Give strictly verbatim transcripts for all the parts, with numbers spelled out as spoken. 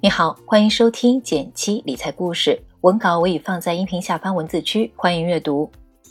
你好，欢迎收听简七理财故事，文稿我已放在音频下方文字区，欢迎阅读。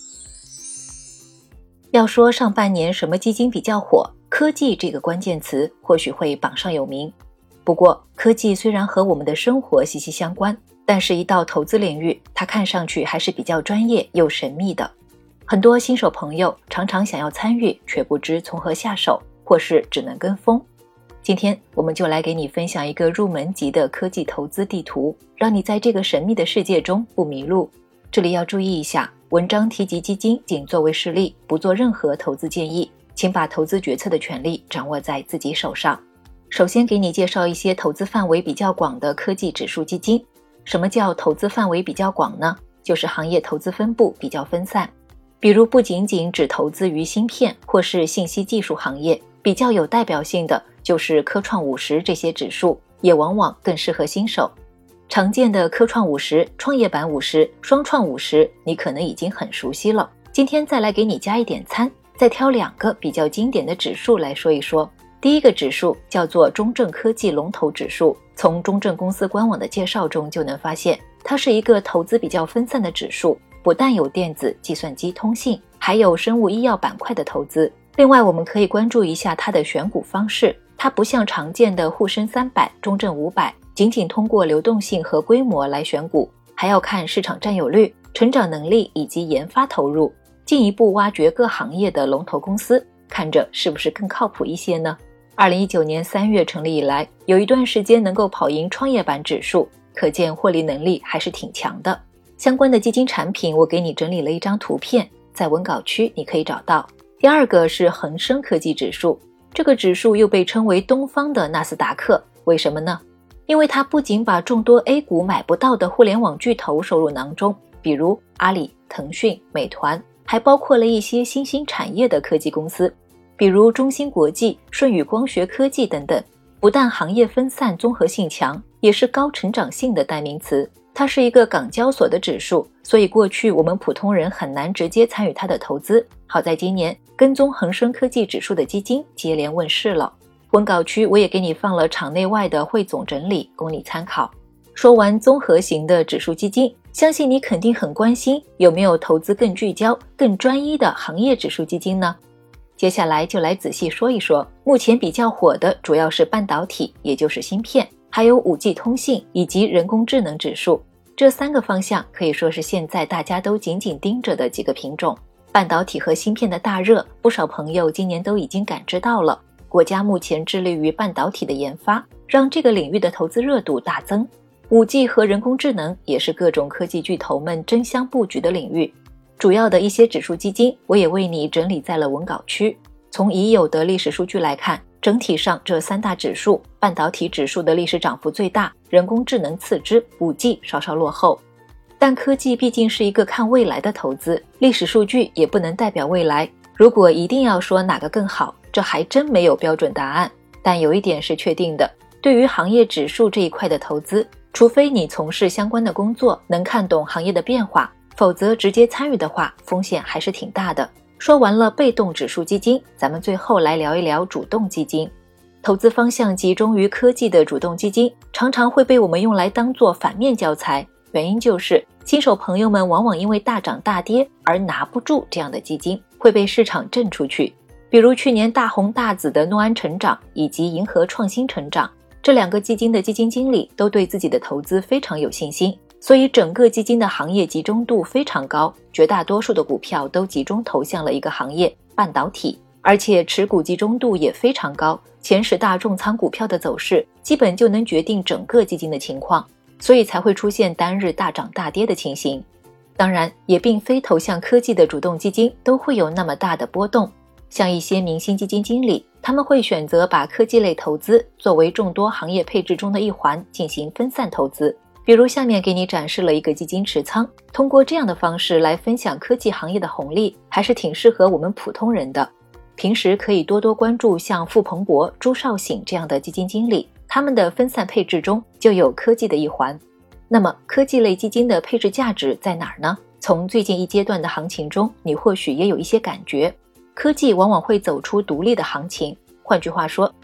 要说上半年什么基金比较火，科技这个关键词或许会榜上有名。不过科技虽然和我们的生活息息相关，但是一到投资领域，它看上去还是比较专业又神秘的。很多新手朋友常常想要参与，却不知从何下手，或是只能跟风。今天我们就来给你分享一个入门级的科技投资地图，让你在这个神秘的世界中不迷路。这里要注意一下，文章提及基金仅作为示例，不做任何投资建议，请把投资决策的权利掌握在自己手上。首先给你介绍一些投资范围比较广的科技指数基金。什么叫投资范围比较广呢？就是行业投资分布比较分散，比如不仅仅只投资于芯片或是信息技术行业，比较有代表性的就是科创五十这些指数，也往往更适合新手。常见的科创五十、创业板五十、双创五十，你可能已经很熟悉了。今天再来给你加一点餐，再挑两个比较经典的指数来说一说。第一个指数叫做中证科技龙头指数，从中证公司官网的介绍中就能发现，它是一个投资比较分散的指数，不但有电子、计算机、通信，还有生物医药板块的投资。另外我们可以关注一下它的选股方式，它不像常见的沪深三百、中证五百，仅仅通过流动性和规模来选股，还要看市场占有率、成长能力以及研发投入，进一步挖掘各行业的龙头公司，看着是不是更靠谱一些呢？二零一九年三月成立以来，有一段时间能够跑赢创业板指数，可见获利能力还是挺强的。相关的基金产品我给你整理了一张图片，在文稿区你可以找到。第二个是恒生科技指数，这个指数又被称为东方的纳斯达克，为什么呢？因为它不仅把众多 A 股买不到的互联网巨头收入囊中，比如阿里、腾讯、美团，还包括了一些新兴产业的科技公司，比如中芯国际、舜宇光学科技等等。不但行业分散综合性强，也是高成长性的代名词。它是一个港交所的指数，所以过去我们普通人很难直接参与它的投资。好在今年跟踪恒生科技指数的基金接连问世了。文稿区我也给你放了场内外的汇总整理，供你参考。说完综合型的指数基金，相信你肯定很关心有没有投资更聚焦、更专一的行业指数基金呢？接下来就来仔细说一说，目前比较火的主要是半导体，也就是芯片，还有 五 G 通信以及人工智能指数。这三个方向可以说是现在大家都紧紧盯着的几个品种。半导体和芯片的大热，不少朋友今年都已经感知到了。国家目前致力于半导体的研发，让这个领域的投资热度大增。 五 G 和人工智能也是各种科技巨头们争相布局的领域。主要的一些指数基金我也为你整理在了文稿区。从已有的历史数据来看，整体上这三大指数，半导体指数的历史涨幅最大，人工智能次之， 五 G 稍稍落后。但科技毕竟是一个看未来的投资，历史数据也不能代表未来。如果一定要说哪个更好，这还真没有标准答案。但有一点是确定的，对于行业指数这一块的投资，除非你从事相关的工作，能看懂行业的变化，否则直接参与的话，风险还是挺大的。说完了被动指数基金，咱们最后来聊一聊主动基金。投资方向集中于科技的主动基金，常常会被我们用来当作反面教材，原因就是新手朋友们往往因为大涨大跌而拿不住这样的基金，会被市场震出去。比如去年大红大紫的诺安成长以及银河创新成长，这两个基金的基金经理都对自己的投资非常有信心，所以整个基金的行业集中度非常高，绝大多数的股票都集中投向了一个行业，半导体，而且持股集中度也非常高，前十大重仓股票的走势基本就能决定整个基金的情况，所以才会出现单日大涨大跌的情形。当然，也并非投向科技的主动基金都会有那么大的波动，像一些明星基金经理，他们会选择把科技类投资作为众多行业配置中的一环进行分散投资。比如下面给你展示了一个基金持仓，通过这样的方式来分享科技行业的红利，还是挺适合我们普通人的。平时可以多多关注像傅鹏博、朱少醒这样的基金经理，他们的分散配置中就有科技的一环。那么科技类基金的配置价值在哪儿呢？从最近一阶段的行情中，你或许也有一些感觉，科技往往会走出独立的行情。换句话说，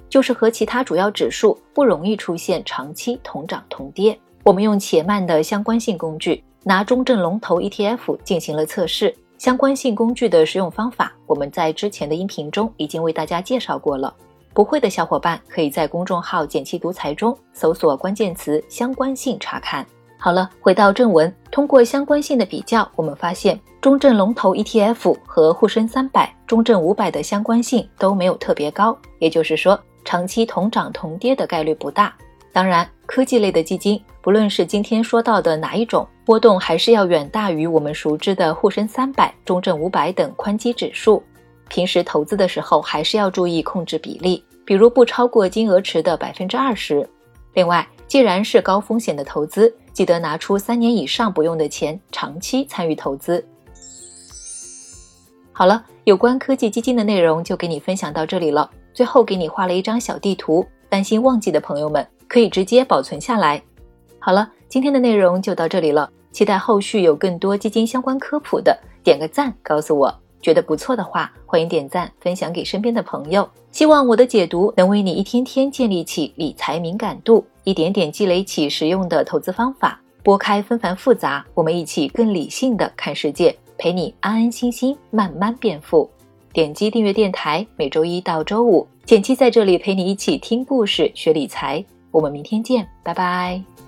就是和其他主要指数不容易出现长期同涨同跌。我们用且慢的相关性工具拿中证龙头 E T F 进行了测试，相关性工具的使用方法我们在之前的音频中已经为大家介绍过了，不会的小伙伴可以在公众号简七独裁中搜索关键词相关性查看。好了，回到正文，通过相关性的比较，我们发现中证龙头 E T F 和沪深三百、中证五百的相关性都没有特别高，也就是说长期同涨同跌的概率不大。当然，科技类的基金不论是今天说到的哪一种，波动还是要远大于我们熟知的沪深三百、中证五百等宽基指数。平时投资的时候还是要注意控制比例，比如不超过金额池的 百分之二十。 另外，既然是高风险的投资，记得拿出三年以上不用的钱长期参与投资。好了，有关科技基金的内容就给你分享到这里了。最后给你画了一张小地图，担心忘记的朋友们可以直接保存下来。好了，今天的内容就到这里了，期待后续有更多基金相关科普的，点个赞告诉我，觉得不错的话欢迎点赞分享给身边的朋友。希望我的解读能为你一天天建立起理财敏感度，一点点积累起实用的投资方法，拨开纷繁复杂，我们一起更理性的看世界，陪你安安心心慢慢变富。点击订阅电台，每周一到周五简七在这里陪你一起听故事学理财，我们明天见，拜拜。